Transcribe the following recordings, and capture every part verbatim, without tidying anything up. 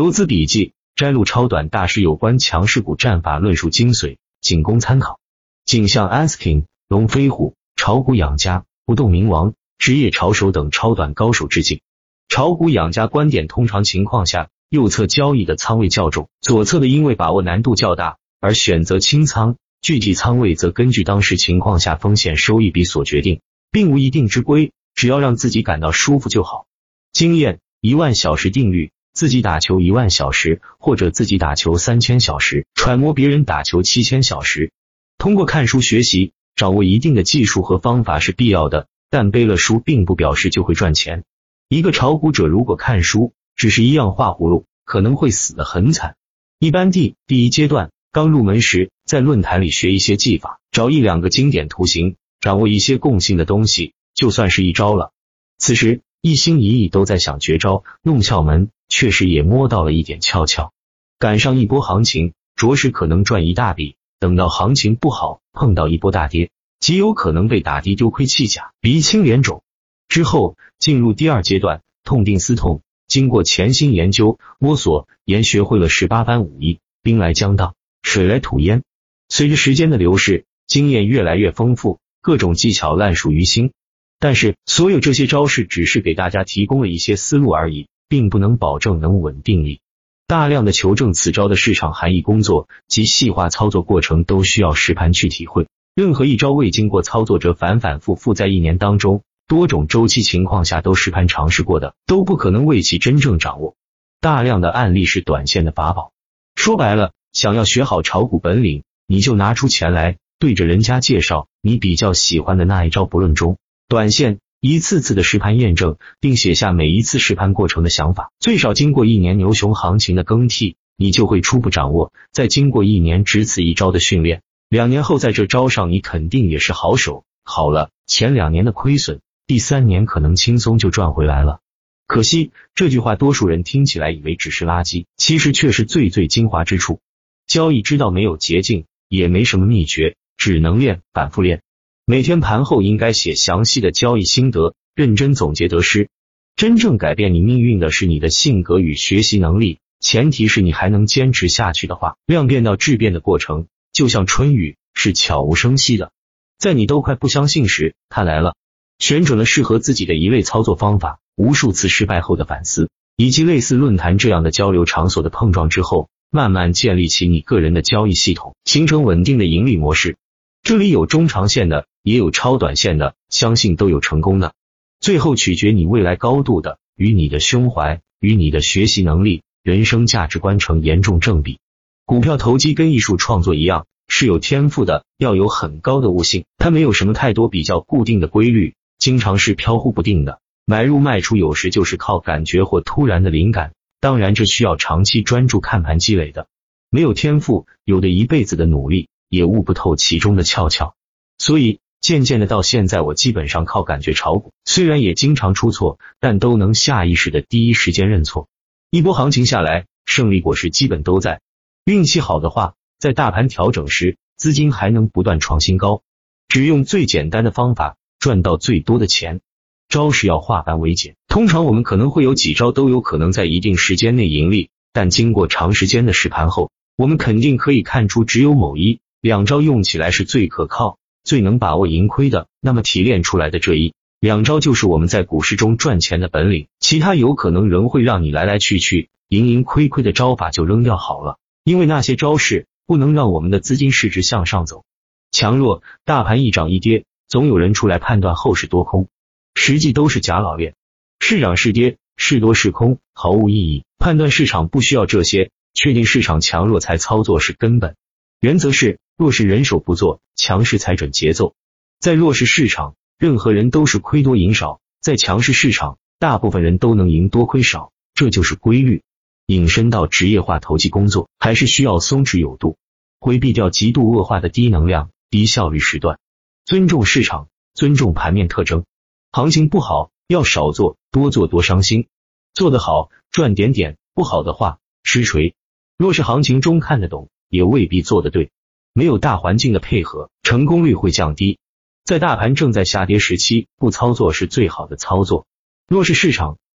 投资笔记摘录超短大师有关强势股战法论述精髓，仅供参考。景象 Asking、龙飞虎、炒股养家、不动明王、职业炒手等超短高手致敬。炒股养家观点通常情况下，右侧交易的仓位较重，左侧的因为把握难度较大而选择轻仓，具体仓位则根据当时情况下风险收益比所决定，并无一定之规，只要让自己感到舒服就好。经验一万小时定律，自己打球一万小时，或者自己打球三千小时，揣摩别人打球七千小时。通过看书学习，掌握一定的技术和方法是必要的，但背了书并不表示就会赚钱。一个炒股者如果看书只是一样画葫芦，可能会死得很惨。一般第第一阶段刚入门时，在论坛里学一些技法，找一两个经典图形，掌握一些共性的东西，就算是一招了。此时一心一意都在想绝招弄窍门，确实也摸到了一点窍窍。赶上一波行情，着实可能赚一大笔，等到行情不好，碰到一波大跌，极有可能被打的丢盔弃甲，鼻青脸肿。之后进入第二阶段，痛定思痛，经过潜心研究摸索，研学会了十八般武艺，兵来将挡，水来土掩。随着时间的流逝，经验越来越丰富，各种技巧烂熟于心。但是所有这些招式只是给大家提供了一些思路而已，并不能保证能稳定力。大量的求证此招的市场含义工作及细化操作过程都需要实盘去体会。任何一招未经过操作者反反复复在一年当中多种周期情况下都实盘尝试过的，都不可能为其真正掌握。大量的案例是短线的法宝。说白了，想要学好炒股本领，你就拿出钱来，对着人家介绍你比较喜欢的那一招不论中短线，一次次的实盘验证，并写下每一次实盘过程的想法。最少经过一年牛熊行情的更替，你就会初步掌握。再经过一年只此一招的训练，两年后在这招上你肯定也是好手。好了，前两年的亏损，第三年可能轻松就赚回来了。可惜这句话多数人听起来以为只是垃圾，其实却是最最精华之处。交易之道没有捷径，也没什么秘诀，只能练，反复练。每天盘后应该写详细的交易心得，认真总结得失。真正改变你命运的是你的性格与学习能力，前提是你还能坚持下去的话，量变到质变的过程就像春雨，是悄无声息的。在你都快不相信时，它来了。选准了适合自己的一类操作方法，无数次失败后的反思，以及类似论坛这样的交流场所的碰撞之后，慢慢建立起你个人的交易系统，形成稳定的盈利模式。这里有中长线的，也有超短线的，相信都有成功的。最后取决你未来高度的，与你的胸怀，与你的学习能力、人生价值观成严重正比。股票投机跟艺术创作一样，是有天赋的，要有很高的悟性，它没有什么太多比较固定的规律，经常是飘忽不定的。买入卖出有时就是靠感觉或突然的灵感，当然这需要长期专注看盘积累的。没有天赋，有的一辈子的努力，也悟不透其中的窍窍。所以渐渐的到现在，我基本上靠感觉炒股，虽然也经常出错，但都能下意识的第一时间认错。一波行情下来，胜利果实基本都在。运气好的话，在大盘调整时，资金还能不断创新高。只用最简单的方法赚到最多的钱。招式要化繁为简，通常我们可能会有几招都有可能在一定时间内盈利，但经过长时间的实盘后，我们肯定可以看出只有某一两招用起来是最可靠，最能把握盈亏的，那么提炼出来的这一两招就是我们在股市中赚钱的本领，其他有可能仍会让你来来去去盈盈亏亏的招法就扔掉好了，因为那些招式不能让我们的资金市值向上走。强弱，大盘一涨一跌，总有人出来判断后市多空，实际都是假老练。是涨是跌，是多是空，毫无意义。判断市场不需要这些，确定市场强弱才操作是根本。原则是，弱势人手不做，强势才准节奏。在弱势市场，任何人都是亏多赢少；在强势市场，大部分人都能赢多亏少，这就是规律。引申到职业化投机工作，还是需要松弛有度，回避掉极度恶化的低能量、低效率时段。尊重市场，尊重盘面特征。行情不好，要少做，多做多伤心。做得好，赚点点；不好的话，吃锤。若是行情中看得懂，也未必做得对。没有大环境的配合，成功率会降低。在大盘正在下跌时期，不操作是最好的操作。若是市场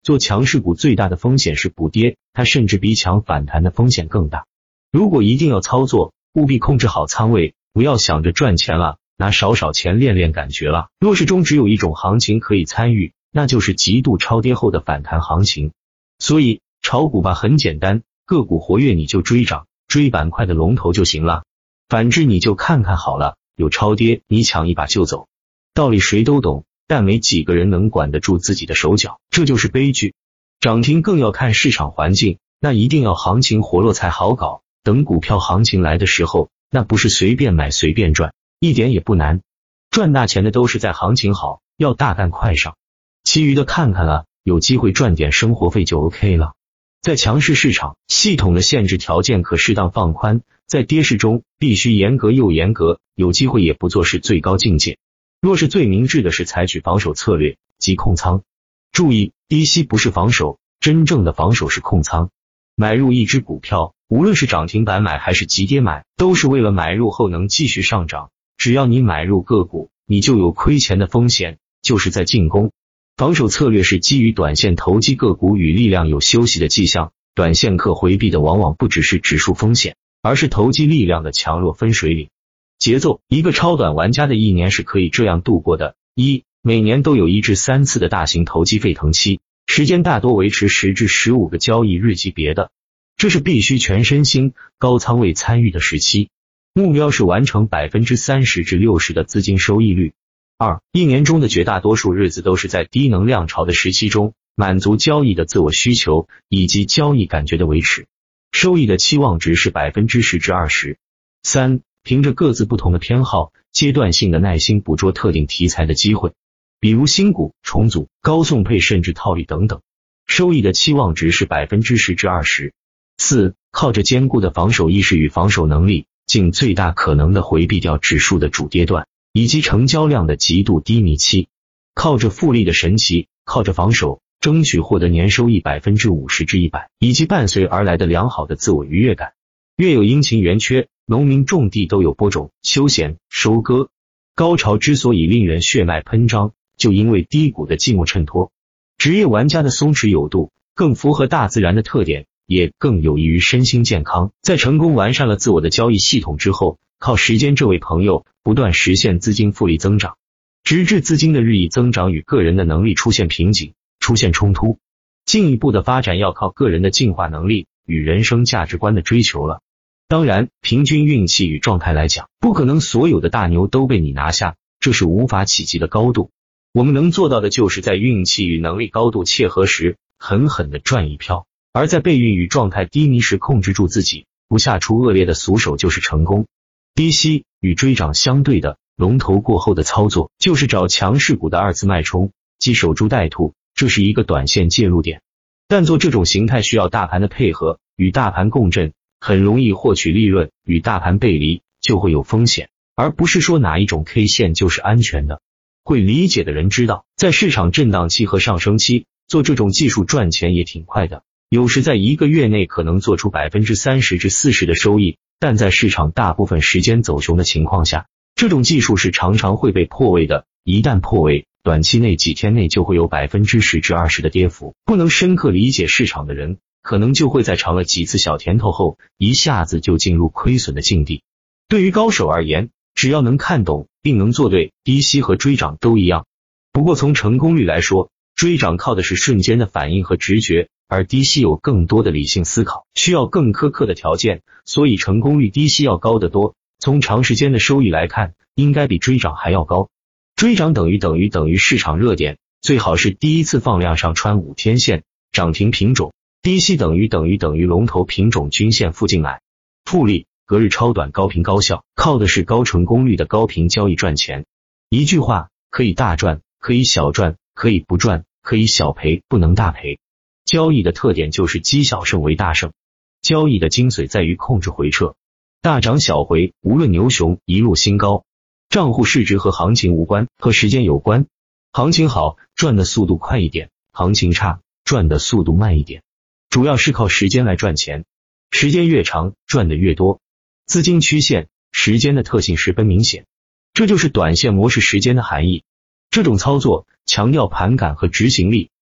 做强势股最大的风险是补跌，它甚至比抢反弹的风险更大。如果一定要操作，务必控制好仓位，不要想着赚钱了，拿少少钱练练感觉了。弱势中只有一种行情可以参与，那就是极度超跌后的反弹行情。所以炒股吧很简单，个股活跃你就追涨，追板块的龙头就行了。反之你就看看好了，有超跌你抢一把就走。道理谁都懂，但没几个人能管得住自己的手脚，这就是悲剧。涨停更要看市场环境，那一定要行情活络才好搞。等股票行情来的时候，那不是随便买随便赚，一点也不难。赚大钱的都是在行情好，要大干快上。其余的看看了，有机会赚点生活费就 OK 了。在强势市场，系统的限制条件可适当放宽，在跌势中必须严格又严格，有机会也不做是最高境界。若是最明智的是采取防守策略，即控仓。注意，低吸不是防守，真正的防守是控仓。买入一只股票，无论是涨停板买还是急跌买，都是为了买入后能继续上涨。只要你买入个股，你就有亏钱的风险，就是在进攻。防守策略是基于短线投机个股与力量有休息的迹象，短线客回避的往往不只是指数风险，而是投机力量的强弱分水岭。节奏，一个超短玩家的一年是可以这样度过的：一、每年都有一至三次的大型投机沸腾期，时间大多维持十至十五个交易日级别的，这是必须全身心高仓位参与的时期。目标是完成 百分之三十至六十 的资金收益率。二、一年中的绝大多数日子都是在低能量潮的时期中，满足交易的自我需求以及交易感觉的维持，收益的期望值是 百分之十至二十。三、凭着各自不同的偏好，阶段性的耐心捕捉特定题材的机会，比如新股、重组、高送配甚至套利等等，收益的期望值是 百分之十至二十。四、靠着坚固的防守意识与防守能力，尽最大可能的回避掉指数的主跌段以及成交量的极度低迷期，靠着复利的神奇，靠着防守争取获得年收益 百分之五十至一百， 以及伴随而来的良好的自我愉悦感。月有阴晴圆缺，农民种地都有播种、休闲、收割。高潮之所以令人血脉喷张，就因为低谷的寂寞衬托。职业玩家的松弛有度，更符合大自然的特点，也更有益于身心健康。在成功完善了自我的交易系统之后，靠时间这位朋友不断实现资金复利增长，直至资金的日益增长与个人的能力出现瓶颈、出现冲突。进一步的发展要靠个人的进化能力与人生价值观的追求了。当然，平均运气与状态来讲，不可能所有的大牛都被你拿下，这是无法企及的高度。我们能做到的就是在运气与能力高度切合时，狠狠地赚一票，而在备孕与状态低迷时控制住自己，不下出恶劣的俗手就是成功。低吸与追涨相对的龙头过后的操作，就是找强势股的二次脉冲，即守株待兔，这是一个短线介入点。但做这种形态需要大盘的配合，与大盘共振，很容易获取利润，与大盘背离就会有风险，而不是说哪一种 K 线就是安全的。会理解的人知道，在市场震荡期和上升期，做这种技术赚钱也挺快的，有时在一个月内可能做出 百分之三十至四十 的收益，但在市场大部分时间走熊的情况下，这种技术是常常会被破位的，一旦破位，短期内几天内就会有 百分之十至二十 的跌幅。不能深刻理解市场的人，可能就会在尝了几次小甜头后，一下子就进入亏损的境地。对于高手而言，只要能看懂并能做对，低吸和追涨都一样。不过从成功率来说，追涨靠的是瞬间的反应和直觉，而低吸有更多的理性思考，需要更苛刻的条件，所以成功率低吸要高得多。从长时间的收益来看，应该比追涨还要高。追涨等于等于等于市场热点，最好是第一次放量上穿五天线，涨停品种。低吸等于等于等于龙头品种均线附近买。复利隔日超短高频高效，靠的是高成功率的高频交易赚钱。一句话，可以大赚，可以小赚，可以不赚，可以小赔，不能大赔。交易的特点就是积小胜为大胜，交易的精髓在于控制回撤，大涨小回，无论牛熊一路新高。账户市值和行情无关，和时间有关。行情好，赚的速度快一点，行情差，赚的速度慢一点。主要是靠时间来赚钱，时间越长，赚的越多。资金曲线，时间的特性十分明显，这就是短线模式时间的含义。这种操作强调盘感和执行力，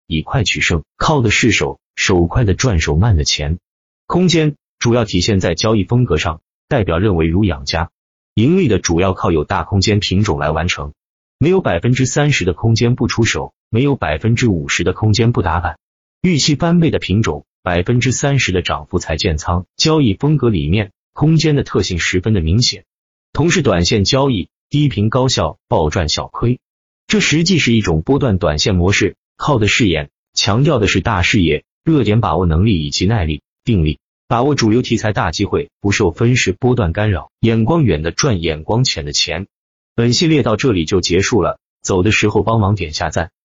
以快取胜，靠的是手，手快的赚，手慢的钱。空间主要体现在交易风格上，代表认为如养家，盈利的主要靠有大空间品种来完成，没有 百分之三十 的空间不出手，没有 百分之五十 的空间不打板。预期翻倍的品种 百分之三十 的涨幅才建仓，交易风格里面空间的特性十分的明显。同时短线交易低频高效，暴赚小亏，这实际是一种波段短线模式，靠的是眼，强调的是大视野、热点把握能力以及耐力、定力，把握主流题材大机会，不受分时波段干扰，眼光远的赚，眼光浅的钱。本系列到这里就结束了，走的时候帮忙点下赞，